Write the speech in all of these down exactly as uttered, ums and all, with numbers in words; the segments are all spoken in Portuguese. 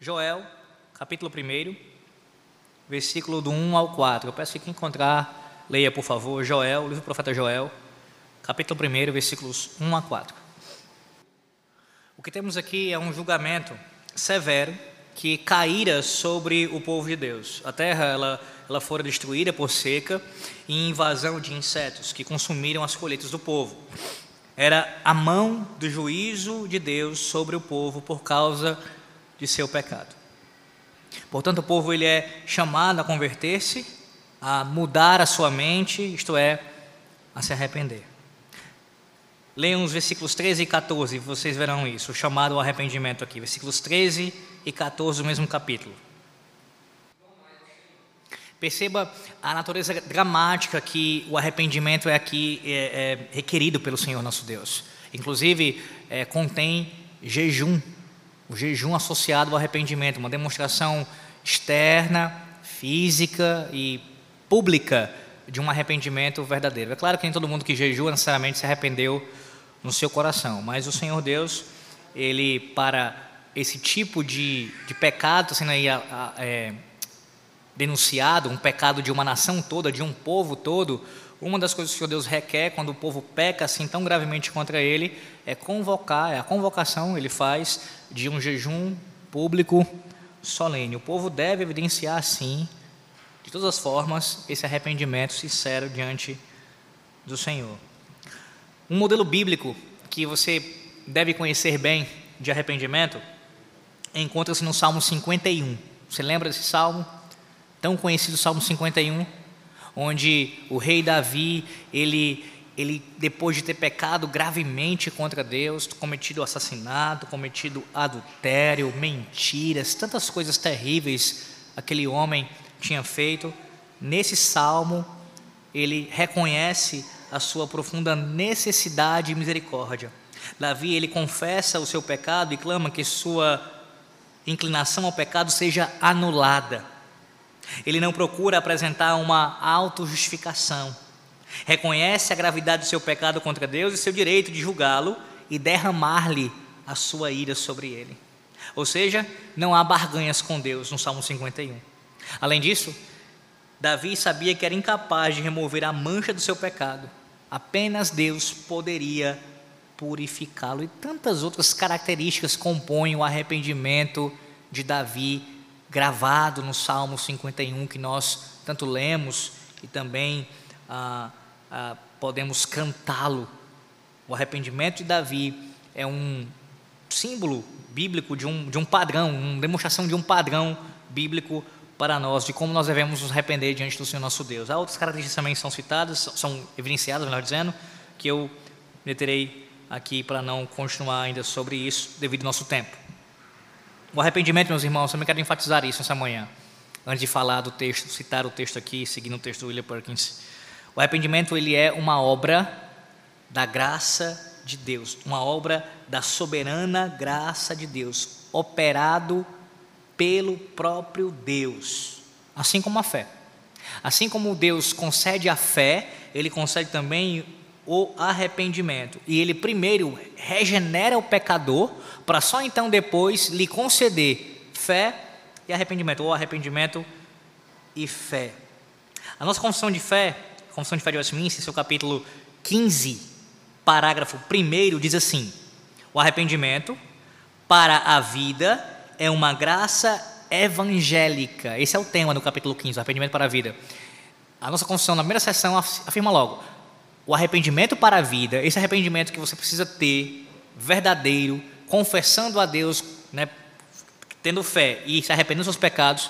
Joel, capítulo um, versículo do um ao quatro. Eu peço que quem encontrar, leia por favor, Joel, o livro do profeta Joel, capítulo um, versículos um a quatro. O que temos aqui é um julgamento severo que caíra sobre o povo de Deus. A terra ela, ela fora destruída por seca e invasão de insetos que consumiram as colheitas do povo. Era a mão do juízo de Deus sobre o povo por causa de seu pecado. Portanto, o povo ele é chamado a converter-se, a mudar a sua mente, isto é, a se arrepender. Leiam os versículos treze e quatorze, vocês verão isso, o chamado ao arrependimento aqui. Versículos treze e quatorze do mesmo capítulo. Perceba a natureza dramática que o arrependimento é aqui é, é requerido pelo Senhor nosso Deus. Inclusive, é, contém jejum, o jejum associado ao arrependimento, uma demonstração externa, física e pública de um arrependimento verdadeiro. É claro que nem todo mundo que jejua necessariamente se arrependeu no seu coração, mas o Senhor Deus, Ele, para esse tipo de, de pecado, sendo aí a, a, é, denunciado, um pecado de uma nação toda, de um povo todo, uma das coisas que o Senhor Deus requer quando o povo peca assim tão gravemente contra Ele, é convocar, é a convocação, Ele faz de um jejum público solene. O povo deve evidenciar sim, de todas as formas, esse arrependimento sincero diante do Senhor. Um modelo bíblico que você deve conhecer bem de arrependimento encontra-se no Salmo cinquenta e um. Você lembra desse salmo? Tão conhecido Salmo cinquenta e um, onde o rei Davi, ele, ele depois de ter pecado gravemente contra Deus, cometido assassinato, cometido adultério, mentiras, tantas coisas terríveis aquele homem tinha feito, nesse salmo ele reconhece a sua profunda necessidade de misericórdia. Davi, ele confessa o seu pecado e clama que sua inclinação ao pecado seja anulada. Ele não procura apresentar uma autojustificação. Reconhece a gravidade do seu pecado contra Deus e seu direito de julgá-lo e derramar-lhe a sua ira sobre ele. Ou seja, não há barganhas com Deus no Salmo cinquenta e um. Além disso, Davi sabia que era incapaz de remover a mancha do seu pecado. Apenas Deus poderia purificá-lo. E tantas outras características compõem o arrependimento de Davi, gravado no Salmo cinquenta e um, que nós tanto lemos e também ah, ah, podemos cantá-lo. O arrependimento de Davi é um símbolo bíblico de um, de um padrão, uma demonstração de um padrão bíblico para nós, de como nós devemos nos arrepender diante do Senhor nosso Deus. Há outras características também são citadas, são evidenciadas, melhor dizendo, que eu meterei aqui para não continuar ainda sobre isso, devido ao nosso tempo. O arrependimento, meus irmãos, também quero enfatizar isso essa manhã, antes de falar do texto, citar o texto aqui, seguindo o texto do William Perkins. O arrependimento, ele é uma obra da graça de Deus, uma obra da soberana graça de Deus, operado pelo próprio Deus, assim como a fé. Assim como Deus concede a fé, Ele concede também o arrependimento. E Ele primeiro regenera o pecador, para só então depois lhe conceder fé e arrependimento, ou arrependimento e fé. A nossa confissão de fé, a confissão de fé de Westminster, seu capítulo quinze, parágrafo primeiro, diz assim: o arrependimento para a vida é uma graça evangélica. Esse é o tema do capítulo quinze, o arrependimento para a vida. A nossa confissão, na primeira sessão, afirma logo: o arrependimento para a vida, esse arrependimento que você precisa ter, verdadeiro, confessando a Deus, né, tendo fé e se arrependendo dos seus pecados,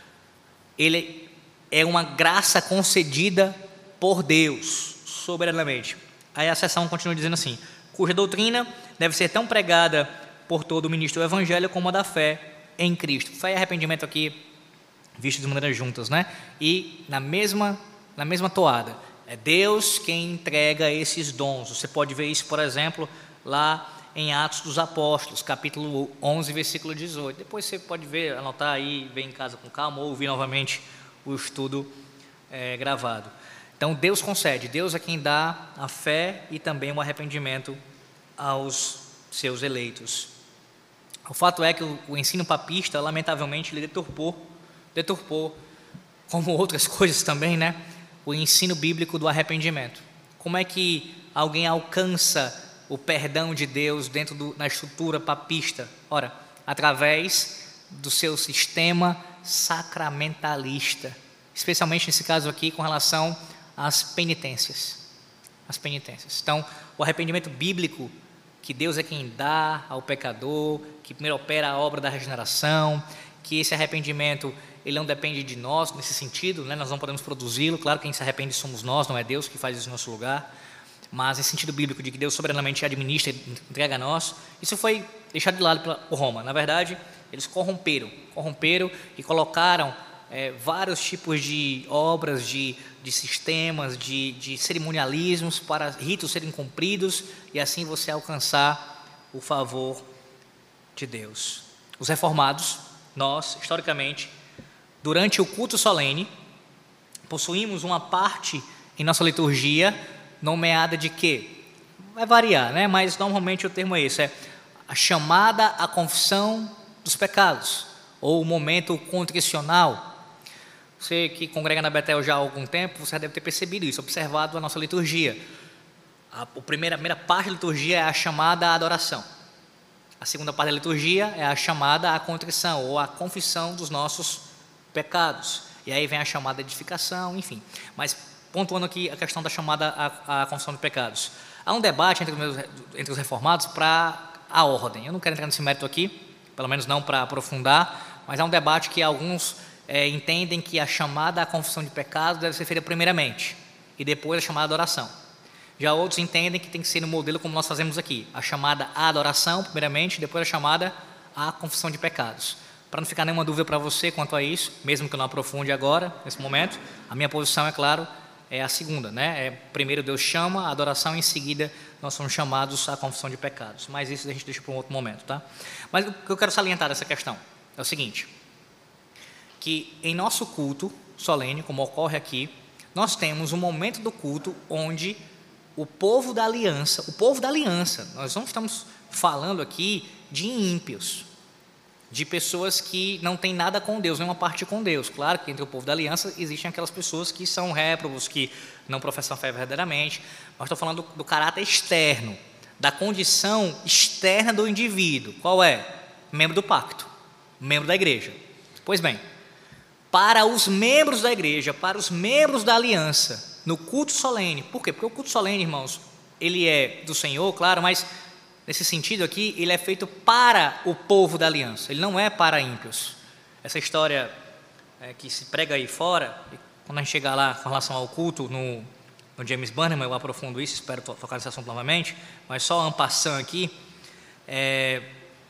ele é uma graça concedida por Deus, soberanamente. Aí a sessão continua dizendo assim: cuja doutrina deve ser tão pregada por todo o ministro do Evangelho como a da fé em Cristo. Fé e arrependimento aqui vistos de maneira juntas, né? E na mesma, na mesma toada. É Deus quem entrega esses dons. Você pode ver isso, por exemplo, lá em Atos dos Apóstolos, capítulo onze, versículo dezoito. Depois você pode ver, anotar aí, ver em casa com calma, ou ouvir novamente o estudo é, gravado. Então Deus concede, Deus é quem dá a fé e também o arrependimento aos seus eleitos. O fato é que o, o ensino papista, lamentavelmente, ele deturpou, deturpou, como outras coisas também, né, o ensino bíblico do arrependimento. Como é que alguém alcança o perdão de Deus dentro do, da estrutura papista? Ora, através do seu sistema sacramentalista, especialmente nesse caso aqui com relação às penitências. As penitências. Então, o arrependimento bíblico, que Deus é quem dá ao pecador, que primeiro opera a obra da regeneração, que esse arrependimento ele não depende de nós nesse sentido, né? Nós não podemos produzi-lo, claro que quem se arrepende somos nós, não é Deus que faz isso em nosso lugar, mas nesse sentido bíblico de que Deus soberanamente administra e entrega a nós, isso foi deixado de lado por Roma. Na verdade, eles corromperam, corromperam e colocaram é, vários tipos de obras, de, de sistemas, de, de cerimonialismos para ritos serem cumpridos e assim você alcançar o favor de Deus. Os reformados, nós, historicamente, durante o culto solene, possuímos uma parte em nossa liturgia nomeada de quê? Vai variar, né? Mas normalmente o termo é esse, é a chamada à confissão dos pecados, ou o momento contricional. Você que congrega na Betel já há algum tempo, você já deve ter percebido isso, observado a nossa liturgia. A, a, primeira, a primeira parte da liturgia é a chamada à adoração. A segunda parte da liturgia é a chamada à contrição, ou à confissão dos nossos pecados. E aí vem a chamada edificação, enfim. Mas pontuando aqui a questão da chamada à, à confissão de pecados. Há um debate entre os, meus, entre os reformados para a ordem. Eu não quero entrar nesse mérito aqui, pelo menos não para aprofundar, mas há um debate que alguns é, entendem que a chamada à confissão de pecados deve ser feita primeiramente, e depois a chamada à adoração. Já outros entendem que tem que ser no modelo como nós fazemos aqui, a chamada à adoração primeiramente, depois a chamada à confissão de pecados. Para não ficar nenhuma dúvida para você quanto a isso, mesmo que eu não aprofunde agora, nesse momento, a minha posição, é claro, é a segunda, né? É, primeiro Deus chama a adoração, em seguida nós somos chamados à confissão de pecados. Mas isso a gente deixa para um outro momento, tá? Mas o que eu quero salientar dessa questão é o seguinte, que em nosso culto solene, como ocorre aqui, nós temos um momento do culto onde o povo da aliança, o povo da aliança, nós não estamos falando aqui de ímpios, de pessoas que não têm nada com Deus, nenhuma parte com Deus. Claro que entre o povo da aliança existem aquelas pessoas que são réprobos, que não professam a fé verdadeiramente, mas estou falando do, do caráter externo, da condição externa do indivíduo. Qual é? Membro do pacto, membro da igreja. Pois bem, para os membros da igreja, para os membros da aliança, no culto solene, por quê? Porque o culto solene, irmãos, ele é do Senhor, claro, mas nesse sentido aqui, ele é feito para o povo da aliança, ele não é para ímpios. Essa história é, que se prega aí fora, quando a gente chegar lá com relação ao culto, no, no James Bannerman, eu aprofundo isso, espero tocar nesse assunto novamente, mas só en passant aqui, é,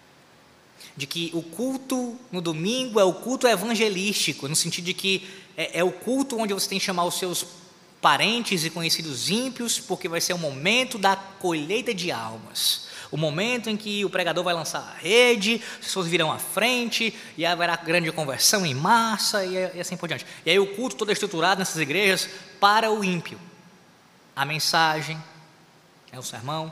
de que o culto no domingo é o culto evangelístico, no sentido de que é, é o culto onde você tem que chamar os seus parentes e conhecidos ímpios, porque vai ser o momento da colheita de almas. O momento em que o pregador vai lançar a rede, as pessoas virão à frente, e haverá grande conversão em massa, e assim por diante. E aí o culto todo é estruturado nessas igrejas para o ímpio. A mensagem, é o sermão,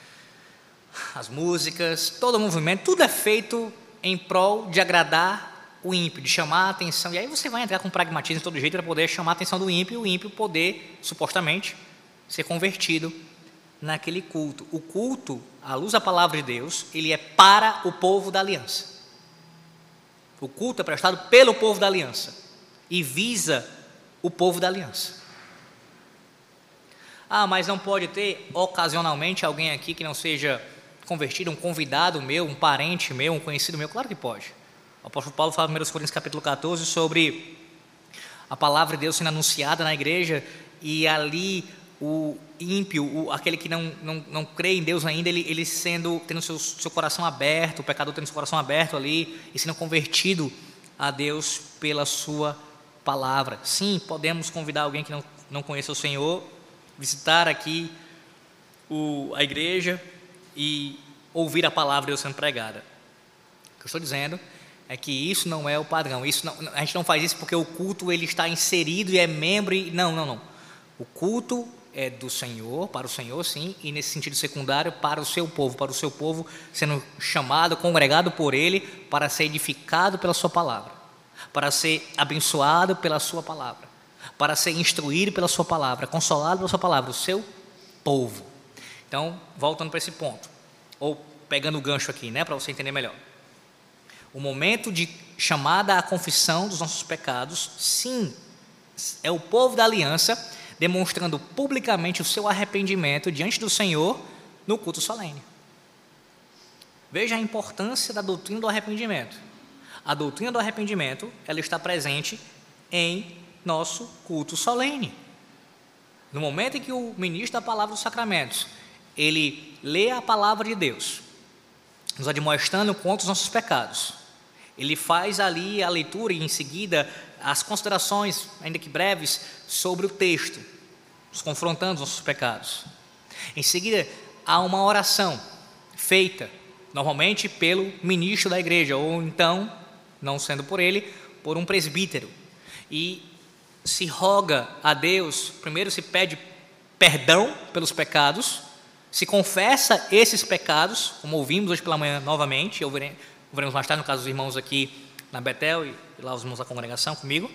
as músicas, todo o movimento, tudo é feito em prol de agradar o ímpio, de chamar a atenção. E aí você vai entrar com pragmatismo de todo jeito para poder chamar a atenção do ímpio, e o ímpio poder, supostamente, ser convertido naquele culto. O culto, à luz da palavra de Deus, ele é para o povo da aliança. O culto é prestado pelo povo da aliança e visa o povo da aliança. Ah, mas não pode ter ocasionalmente alguém aqui que não seja convertido, um convidado meu, um parente meu, um conhecido meu? Claro que pode. O apóstolo Paulo fala em primeira Coríntios capítulo catorze sobre a palavra de Deus sendo anunciada na igreja, e ali o ímpio, o, aquele que não, não, não crê em Deus ainda, ele, ele sendo, tendo seu, seu coração aberto, o pecador tendo seu coração aberto ali, e sendo convertido a Deus pela sua palavra. Sim, podemos convidar alguém que não, não conheça o Senhor, visitar aqui o, a igreja e ouvir a palavra de Deus sendo pregada. O que eu estou dizendo é que isso não é o padrão. Isso não, a gente não faz isso porque o culto ele está inserido e é membro, e, não, não, não. O culto é do Senhor, para o Senhor, sim, e nesse sentido secundário, para o seu povo, para o seu povo sendo chamado, congregado por Ele, para ser edificado pela sua palavra, para ser abençoado pela sua palavra, para ser instruído pela sua palavra, consolado pela sua palavra, o seu povo. Então, voltando para esse ponto, ou pegando o gancho aqui, né, para você entender melhor. O momento de chamada à confissão dos nossos pecados, sim, é o povo da aliança demonstrando publicamente o seu arrependimento diante do Senhor no culto solene. Veja a importância da doutrina do arrependimento. A doutrina do arrependimento, ela está presente em nosso culto solene. No momento em que o ministro da palavra dos sacramentos, ele lê a palavra de Deus, nos admoestando contra os nossos pecados, ele faz ali a leitura e em seguida as considerações, ainda que breves, sobre o texto, nos confrontando os nossos pecados. Em seguida, há uma oração feita, normalmente pelo ministro da igreja, ou então, não sendo por ele, por um presbítero. E se roga a Deus, primeiro se pede perdão pelos pecados, se confessa esses pecados, como ouvimos hoje pela manhã novamente, eu verei, veremos mais tarde no caso dos irmãos aqui na Betel e lá os irmãos da congregação comigo,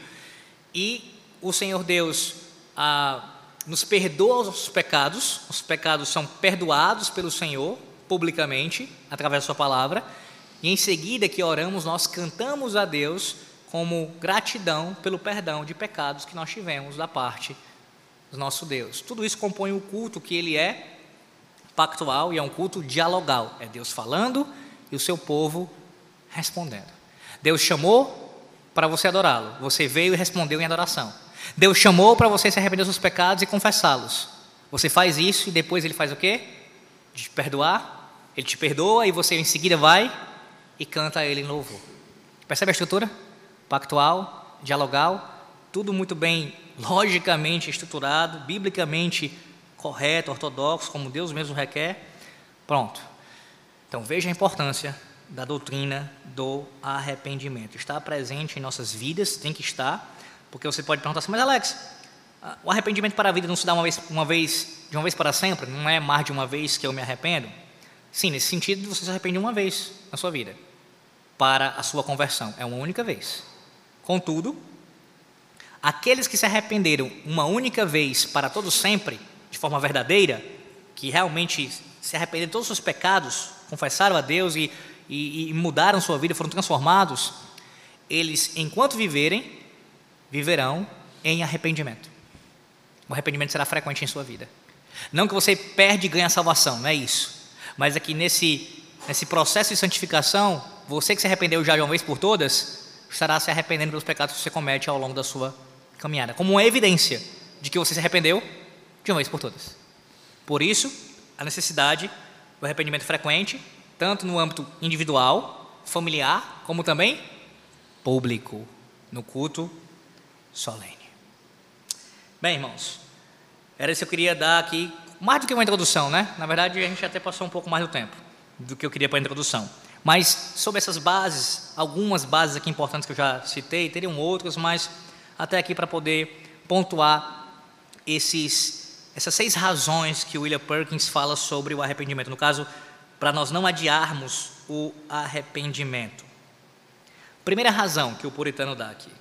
e o Senhor Deus ah, nos perdoa os nossos pecados, os pecados são perdoados pelo Senhor publicamente, através da sua palavra, e em seguida que oramos, nós cantamos a Deus como gratidão pelo perdão de pecados que nós tivemos da parte do nosso Deus. Tudo isso compõe o culto que ele é pactual e é um culto dialogal, é Deus falando e o seu povo respondendo. Deus chamou para você adorá-lo, você veio e respondeu em adoração. Deus chamou para você se arrepender dos seus pecados e confessá-los. Você faz isso e depois ele faz o quê? De te perdoar, ele te perdoa e você em seguida vai e canta a ele em louvor. Percebe a estrutura? Pactual, dialogal, tudo muito bem logicamente estruturado, biblicamente correto, ortodoxo, como Deus mesmo requer. Pronto. Então veja a importância da doutrina do arrependimento. Está presente em nossas vidas, tem que estar, porque você pode perguntar assim, mas Alex, o arrependimento para a vida não se dá uma vez, uma vez, de uma vez para sempre? Não é mais de uma vez que eu me arrependo? Sim, nesse sentido você se arrepende uma vez na sua vida, para a sua conversão, é uma única vez. Contudo, aqueles que se arrependeram uma única vez para todo sempre, de forma verdadeira, que realmente se arrependeram de todos os seus pecados, confessaram a Deus e, e, e mudaram sua vida, foram transformados, eles, enquanto viverem, viverão em arrependimento. O arrependimento será frequente em sua vida. Não que você perde e ganha a salvação, não é isso. Mas é que nesse, nesse processo de santificação, você que se arrependeu já de uma vez por todas, estará se arrependendo pelos pecados que você comete ao longo da sua caminhada, como uma evidência de que você se arrependeu de uma vez por todas. Por isso, a necessidade do arrependimento frequente, tanto no âmbito individual, familiar, como também público, no culto solene. Bem, irmãos, era isso que eu queria dar aqui, mais do que uma introdução, né? Na verdade, a gente até passou um pouco mais do tempo do que eu queria para a introdução. Mas sobre essas bases, algumas bases aqui importantes que eu já citei, teriam outras, mas até aqui para poder pontuar esses, essas seis razões que o William Perkins fala sobre o arrependimento. No caso, para nós não adiarmos o arrependimento. Primeira razão que o puritano dá aqui.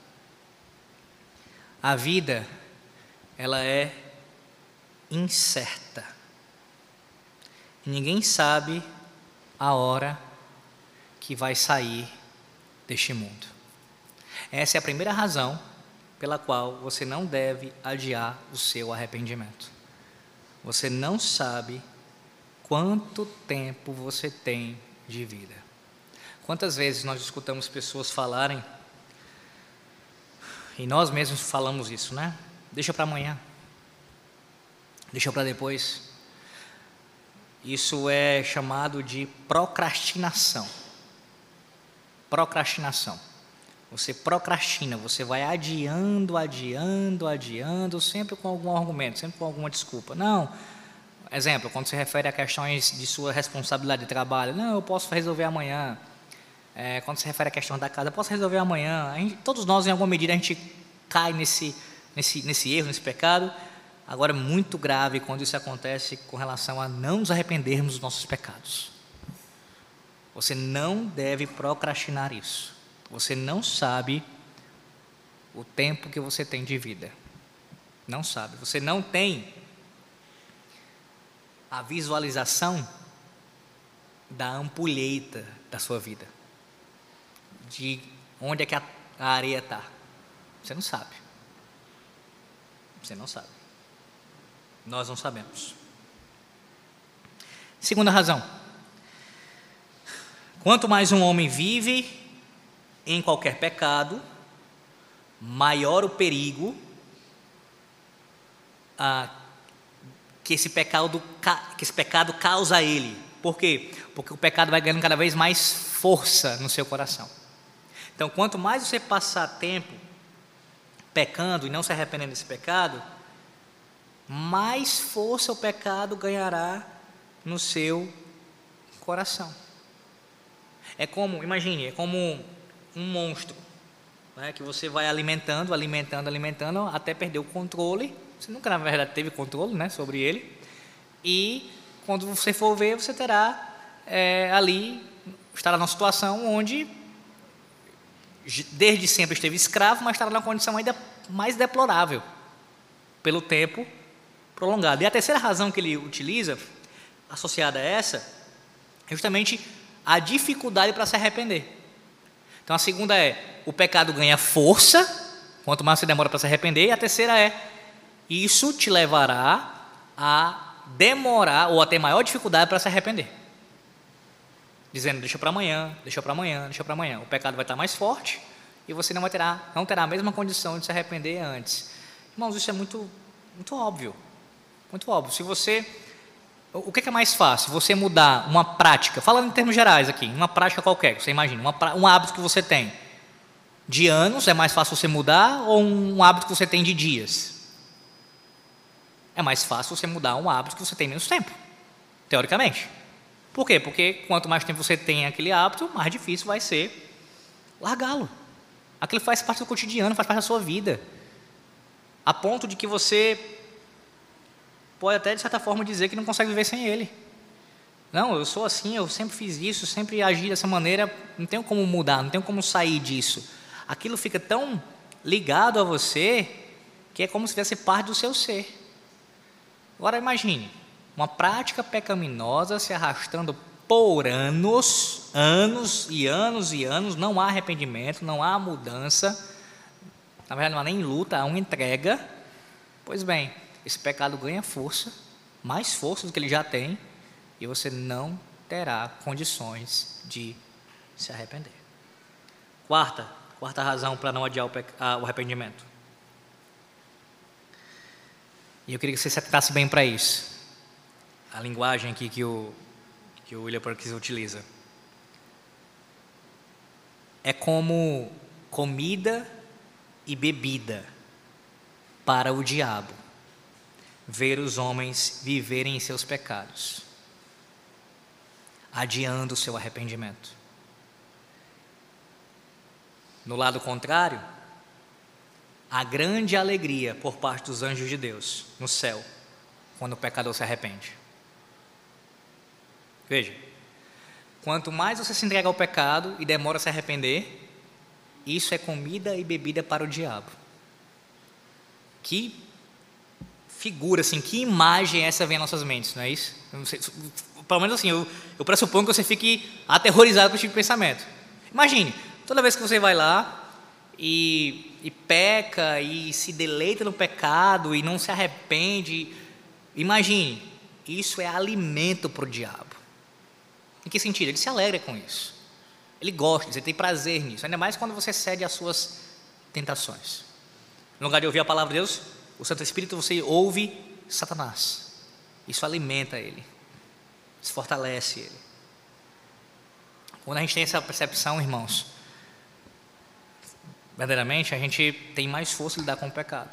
A vida, ela é incerta. Ninguém sabe a hora que vai sair deste mundo. Essa é a primeira razão pela qual você não deve adiar o seu arrependimento. Você não sabe quanto tempo você tem de vida. Quantas vezes nós escutamos pessoas falarem, e nós mesmos falamos isso, né? Deixa para amanhã, deixa para depois. Isso é chamado de procrastinação. Procrastinação. Você procrastina, você vai adiando, adiando, adiando, sempre com algum argumento, sempre com alguma desculpa. Não, exemplo, quando se refere a questões de sua responsabilidade de trabalho, não, eu posso resolver amanhã. É, quando se refere à questão da casa, eu posso resolver amanhã. A gente, todos nós, em alguma medida, a gente cai nesse, nesse, nesse erro, nesse pecado. Agora, é muito grave quando isso acontece com relação a não nos arrependermos dos nossos pecados. Você não deve procrastinar isso. Você não sabe o tempo que você tem de vida. Não sabe. Você não tem a visualização da ampulheta da sua vida, de onde é que a, a areia está. Você não sabe. Você não sabe. Nós não sabemos. Segunda razão. Quanto mais um homem vive em qualquer pecado, maior o perigo ah, que, esse pecado, que esse pecado causa a ele. Por quê? Porque o pecado vai ganhando cada vez mais força no seu coração. Então, quanto mais você passar tempo pecando e não se arrependendo desse pecado, mais força o pecado ganhará no seu coração. É como, imagine, é como um monstro, né, que você vai alimentando, alimentando, alimentando, até perder o controle. Você nunca, na verdade, teve controle, né, sobre ele. E quando você for ver, você terá é, ali, estará numa situação onde desde sempre esteve escravo, mas estará numa condição ainda mais deplorável pelo tempo prolongado. E a terceira razão que ele utiliza, associada a essa, é justamente a dificuldade para se arrepender. Então a segunda é, o pecado ganha força, quanto mais você demora para se arrepender. E a terceira é, isso te levará a demorar ou a ter maior dificuldade para se arrepender. Dizendo, deixa para amanhã, deixa para amanhã, deixa para amanhã. O pecado vai estar mais forte e você não, vai terá, não terá a mesma condição de se arrepender antes. Irmãos, isso é muito, muito óbvio. Muito óbvio. Se você... O que é mais fácil? Você mudar uma prática, falando em termos gerais aqui, uma prática qualquer, você imagina, uma, um hábito que você tem de anos, é mais fácil você mudar, ou um hábito que você tem de dias? É mais fácil você mudar um hábito que você tem menos tempo, teoricamente. Por quê? Porque quanto mais tempo você tem aquele hábito, mais difícil vai ser largá-lo. Aquilo faz parte do cotidiano, faz parte da sua vida, a ponto de que você pode até, de certa forma, dizer que não consegue viver sem ele. Não, eu sou assim, eu sempre fiz isso, sempre agi dessa maneira, não tenho como mudar, não tenho como sair disso. Aquilo fica tão ligado a você, que é como se fizesse parte do seu ser. Agora imagine, uma prática pecaminosa se arrastando por anos, anos e anos e anos, não há arrependimento, não há mudança, na verdade não há nem luta, há uma entrega. Pois bem, esse pecado ganha força, mais força do que ele já tem, e você não terá condições de se arrepender. Quarta, quarta razão para não adiar o, pec... ah, o arrependimento. E eu queria que você se atentasse bem para isso. A linguagem aqui que o, que o William Perkins utiliza. É como comida e bebida para o diabo ver os homens viverem em seus pecados, adiando o seu arrependimento. No lado contrário, a grande alegria por parte dos anjos de Deus no céu, quando o pecador se arrepende. Veja, quanto mais você se entrega ao pecado e demora a se arrepender, isso é comida e bebida para o diabo. Que figura, assim, que imagem essa vem em nossas mentes, não é isso? Não sei, pelo menos assim, eu, eu pressuponho que você fique aterrorizado com esse tipo de pensamento. Imagine, toda vez que você vai lá e, e peca e se deleita no pecado e não se arrepende, imagine, isso é alimento para o diabo. Em que sentido? Ele se alegra com isso. Ele gosta disso, ele tem prazer nisso, ainda mais quando você cede às suas tentações. No lugar de ouvir a palavra de Deus, o Santo Espírito, você ouve Satanás. Isso alimenta ele, isso fortalece ele. Quando a gente tem essa percepção, irmãos, verdadeiramente a gente tem mais força de lidar com o pecado.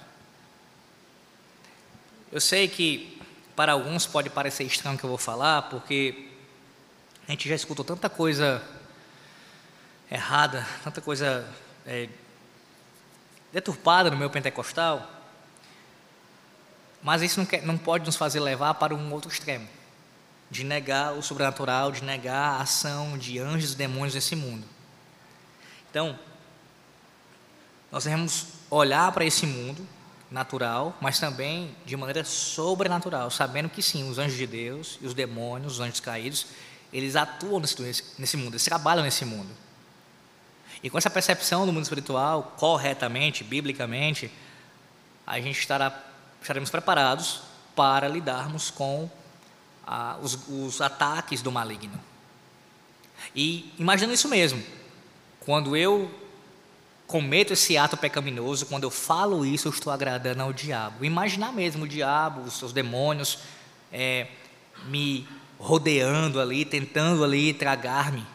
Eu sei que para alguns pode parecer estranho o que eu vou falar, porque a gente já escutou tanta coisa errada, tanta coisa é, deturpada no meio pentecostal, Mas isso não, quer, não pode nos fazer levar para um outro extremo, de negar o sobrenatural, de negar a ação de anjos e demônios nesse mundo. Então, nós devemos olhar para esse mundo natural, mas também de maneira sobrenatural, sabendo que sim, os anjos de Deus e os demônios, os anjos caídos, eles atuam nesse, nesse mundo, eles trabalham nesse mundo. E com essa percepção do mundo espiritual, corretamente, biblicamente, a gente estará, estaremos preparados para lidarmos com ah, os, os ataques do maligno. E imaginando isso mesmo, quando eu cometo esse ato pecaminoso, quando eu falo isso, eu estou agradando ao diabo. Imaginar mesmo o diabo, os seus demônios, é, me rodeando ali, tentando ali tragar-me.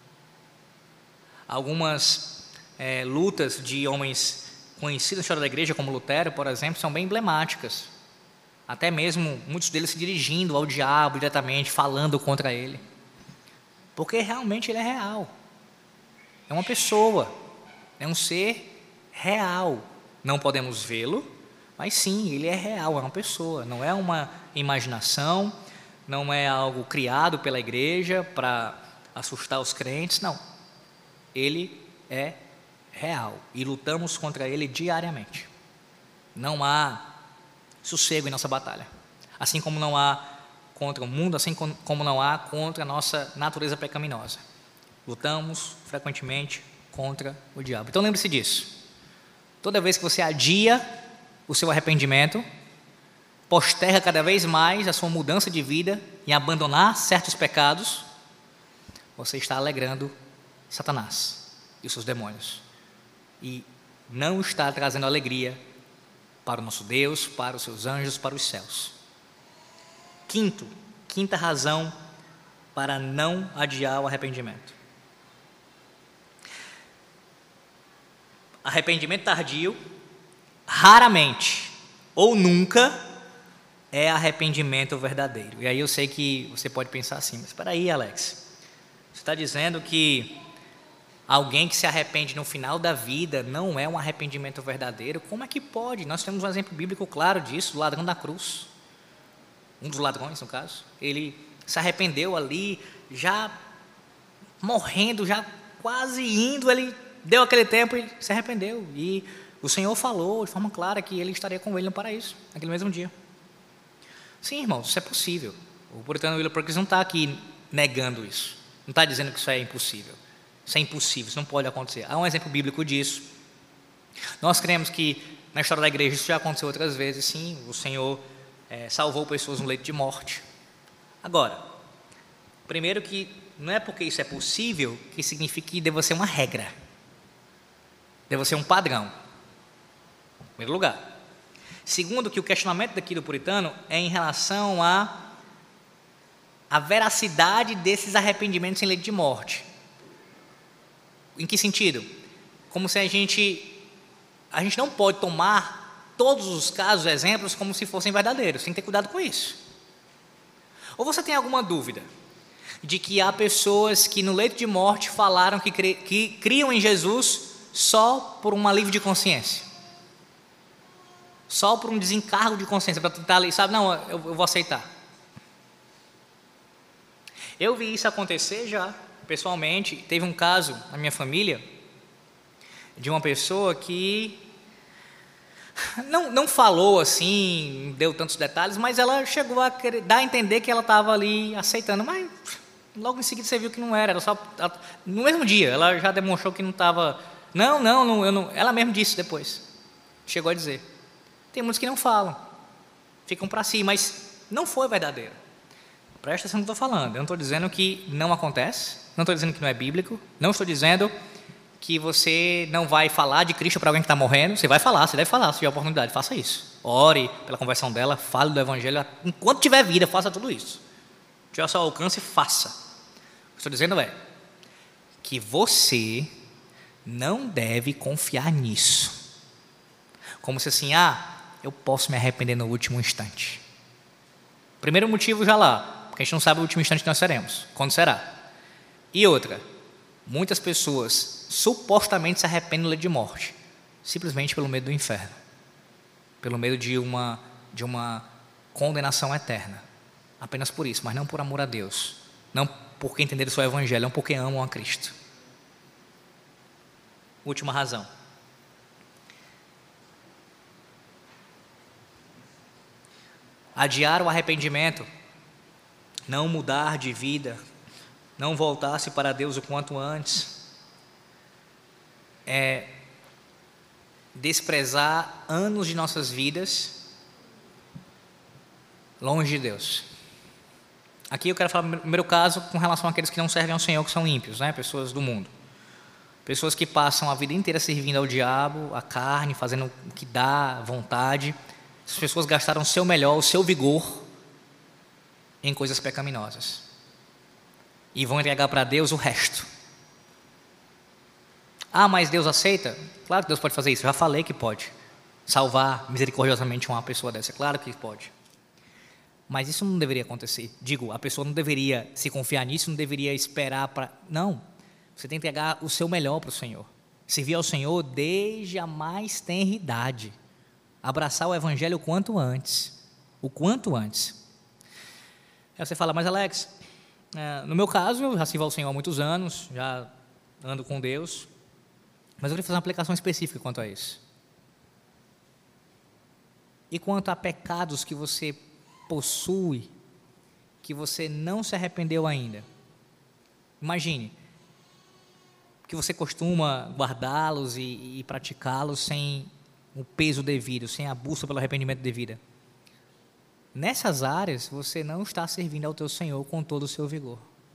Algumas é, lutas de homens conhecidos na história da igreja, como Lutero, por exemplo, são bem emblemáticas. Até mesmo muitos deles se dirigindo ao diabo diretamente, falando contra ele. Porque realmente ele é real. É uma pessoa. É um ser real. Não podemos vê-lo, mas sim, ele é real, é uma pessoa. Não é uma imaginação, não é algo criado pela igreja para assustar os crentes, não. Ele é real e lutamos contra ele diariamente. Não há sossego em nossa batalha. Assim como não há contra o mundo, assim como não há contra a nossa natureza pecaminosa. Lutamos frequentemente contra o diabo. Então lembre-se disso. Toda vez que você adia o seu arrependimento, posterga cada vez mais a sua mudança de vida em abandonar certos pecados, você está alegrando Satanás e os seus demônios. E não está trazendo alegria para o nosso Deus, para os seus anjos, para os céus. Quinto, quinta razão para não adiar o arrependimento. Arrependimento tardio, raramente ou nunca, é arrependimento verdadeiro. E aí eu sei que você pode pensar assim, mas espera aí, Alex, você está dizendo que alguém que se arrepende no final da vida não é um arrependimento verdadeiro? Como é que pode? Nós temos um exemplo bíblico claro disso, o ladrão da cruz. Um dos ladrões, no caso. Ele se arrependeu ali, já morrendo, já quase indo, ele deu aquele tempo e se arrependeu. E o Senhor falou de forma clara que ele estaria com ele no paraíso, naquele mesmo dia. Sim, irmãos, isso é possível. O puritano William Perkins não está aqui negando isso. Não está dizendo que isso é impossível. Isso é impossível, isso não pode acontecer. Há um exemplo bíblico disso. Nós cremos que na história da igreja isso já aconteceu outras vezes, sim. O Senhor é, salvou pessoas no leito de morte. Agora, primeiro que não é porque isso é possível que significa que deva ser uma regra. Deve ser um padrão, em primeiro lugar. Segundo, que o questionamento daqui do puritano é em relação à a, a veracidade desses arrependimentos em leito de morte. Em que sentido? Como se a gente, a gente não pode tomar todos os casos, exemplos, como se fossem verdadeiros, tem que ter cuidado com isso. Ou você tem alguma dúvida de que há pessoas que no leito de morte falaram que, cri, que criam em Jesus só por um alívio de consciência, só por um desencargo de consciência, para tentar ali, sabe, não, eu, eu vou aceitar. Eu vi isso acontecer já, pessoalmente. Teve um caso na minha família, de uma pessoa que não, não falou assim, não deu tantos detalhes, mas ela chegou a querer, dar a entender que ela estava ali aceitando, mas logo em seguida você viu que não era, ela só, ela, no mesmo dia, ela já demonstrou que não estava. Não, não, não, eu não, ela mesmo disse depois, chegou a dizer. Tem muitos que não falam, ficam para si, mas não foi verdadeiro. Presta atenção no que eu estou falando, eu não estou dizendo que não acontece, não estou dizendo que não é bíblico, não estou dizendo que você não vai falar de Cristo para alguém que está morrendo. Você vai falar, você deve falar, se tiver oportunidade, faça isso. Ore pela conversão dela, fale do Evangelho, enquanto tiver vida, faça tudo isso. Se tiver ao seu alcance, faça. O que eu estou dizendo é que você não deve confiar nisso, como se assim, ah, eu posso me arrepender no último instante. Primeiro motivo já lá, porque a gente não sabe o último instante que nós seremos, quando será. E outra, muitas pessoas supostamente se arrependem de morte, simplesmente pelo medo do inferno, pelo medo de uma de uma condenação eterna. Apenas por isso, mas não por amor a Deus. Não porque entenderam o seu evangelho, não porque amam a Cristo. Última razão. Adiar o arrependimento, não mudar de vida, não voltar-se para Deus o quanto antes, é desprezar anos de nossas vidas longe de Deus. Aqui eu quero falar no primeiro caso com relação àqueles que não servem ao Senhor, que são ímpios, né? Pessoas do mundo. Pessoas que passam a vida inteira servindo ao diabo, à carne, fazendo o que dá vontade. Essas pessoas gastaram o seu melhor, o seu vigor em coisas pecaminosas. E vão entregar para Deus o resto. Ah, mas Deus aceita? Claro que Deus pode fazer isso, eu já falei que pode. Salvar misericordiosamente uma pessoa dessa, claro que pode. Mas isso não deveria acontecer. Digo, a pessoa não deveria se confiar nisso, não deveria esperar para... Não, você tem que entregar o seu melhor para o Senhor. Servir ao Senhor desde a mais tenra idade. Abraçar o Evangelho o quanto antes. O quanto antes. Aí você fala, mas Alex, é, no meu caso, eu já sirvo ao Senhor há muitos anos, já ando com Deus, mas eu queria fazer uma aplicação específica quanto a isso. E quanto a pecados que você possui, que você não se arrependeu ainda. Imagine que você costuma guardá-los e, e praticá-los sem o peso devido, sem a busca pelo arrependimento devido. Nessas áreas, você não está servindo ao teu Senhor com todo o seu vigor,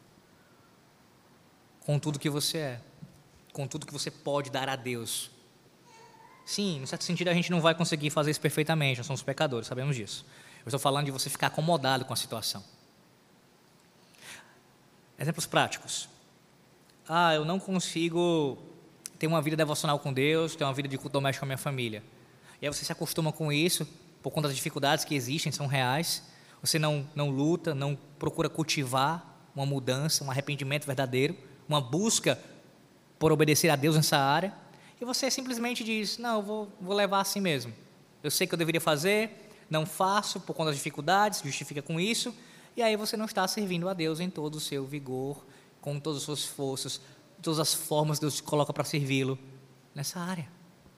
com tudo que você é, com tudo que você pode dar a Deus. Sim, no certo sentido a gente não vai conseguir fazer isso perfeitamente, nós somos pecadores, sabemos disso. Eu estou falando de você ficar acomodado com a situação. Exemplos práticos. Ah, eu não consigo ter uma vida devocional com Deus, ter uma vida de culto doméstico com a minha família. E aí você se acostuma com isso, por conta das dificuldades que existem, são reais. Você não, não luta, não procura cultivar uma mudança, um arrependimento verdadeiro, uma busca por obedecer a Deus nessa área. E você simplesmente diz, não, eu vou, vou levar assim mesmo. Eu sei que eu deveria fazer, não faço por conta das dificuldades, justifica com isso, e aí você não está servindo a Deus em todo o seu vigor, com todas as suas forças, todas as formas que Deus te coloca para servi-lo nessa área.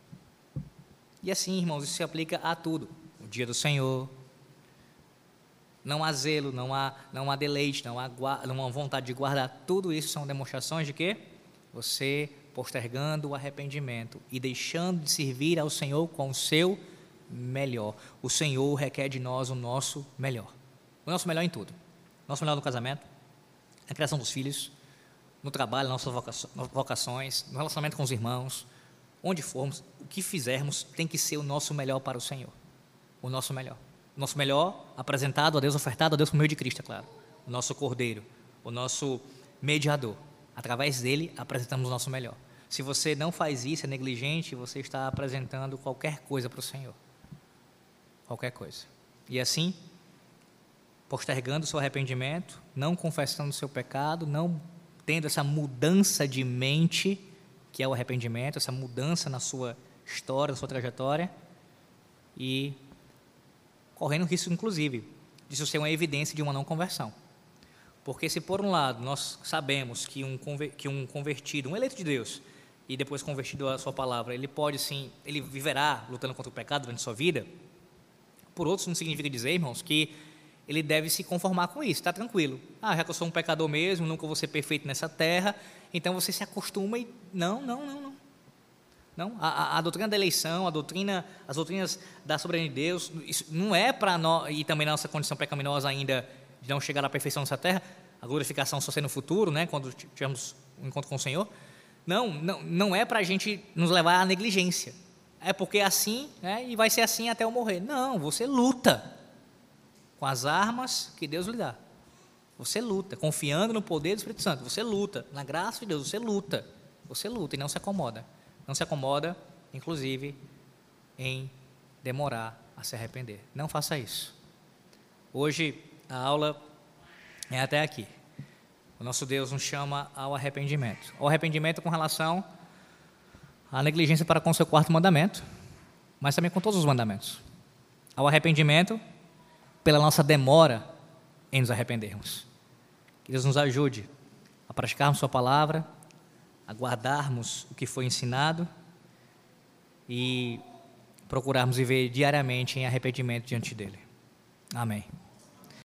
E assim, irmãos, isso se aplica a tudo. O dia do Senhor, não há zelo, não há, não há deleite, não há, não há vontade de guardar. Tudo isso são demonstrações de que você postergando o arrependimento e deixando de servir ao Senhor com o seu melhor. O Senhor requer de nós o nosso melhor. O nosso melhor em tudo. O nosso melhor no casamento, na criação dos filhos, no trabalho, nas nossas vocações, no relacionamento com os irmãos, onde formos, o que fizermos tem que ser o nosso melhor para o Senhor. O nosso melhor. O nosso melhor apresentado a Deus, ofertado a Deus por meio de Cristo, é claro. O nosso Cordeiro, o nosso mediador. Através dele, apresentamos o nosso melhor. Se você não faz isso, é negligente, você está apresentando qualquer coisa para o Senhor. Qualquer coisa. E assim, postergando o seu arrependimento, não confessando o seu pecado, não tendo essa mudança de mente, que é o arrependimento, essa mudança na sua história, na sua trajetória, e correndo risco, inclusive, disso ser uma evidência de uma não conversão. Porque se, por um lado, nós sabemos que um, que um convertido, um eleito de Deus, e depois convertido à sua palavra, ele pode sim, ele viverá lutando contra o pecado durante a sua vida, por outros não significa dizer, irmãos, que ele deve se conformar com isso, está tranquilo. Ah, já que eu sou um pecador mesmo, nunca vou ser perfeito nessa terra, então você se acostuma e... Não, não, não, não. não a, a, a doutrina da eleição, a doutrina, as doutrinas da soberania de Deus, isso não é para nós, e também na nossa condição pecaminosa ainda, de não chegar à perfeição nessa terra, a glorificação só ser no futuro, né, quando tivermos um encontro com o Senhor. Não, não, não é para a gente nos levar à negligência. É porque é assim, né, e vai ser assim até eu morrer. Não, você luta com as armas que Deus lhe dá. Você luta, confiando no poder do Espírito Santo. Você luta, na graça de Deus, você luta. Você luta e não se acomoda. Não se acomoda, inclusive, em demorar a se arrepender. Não faça isso. Hoje, a aula é até aqui. O nosso Deus nos chama ao arrependimento. Ao arrependimento com relação à negligência para com o seu quarto mandamento, mas também com todos os mandamentos. ao arrependimento pela nossa demora em nos arrependermos. Que Deus nos ajude a praticarmos sua palavra, a guardarmos o que foi ensinado e procurarmos viver diariamente em arrependimento diante dele. Amém.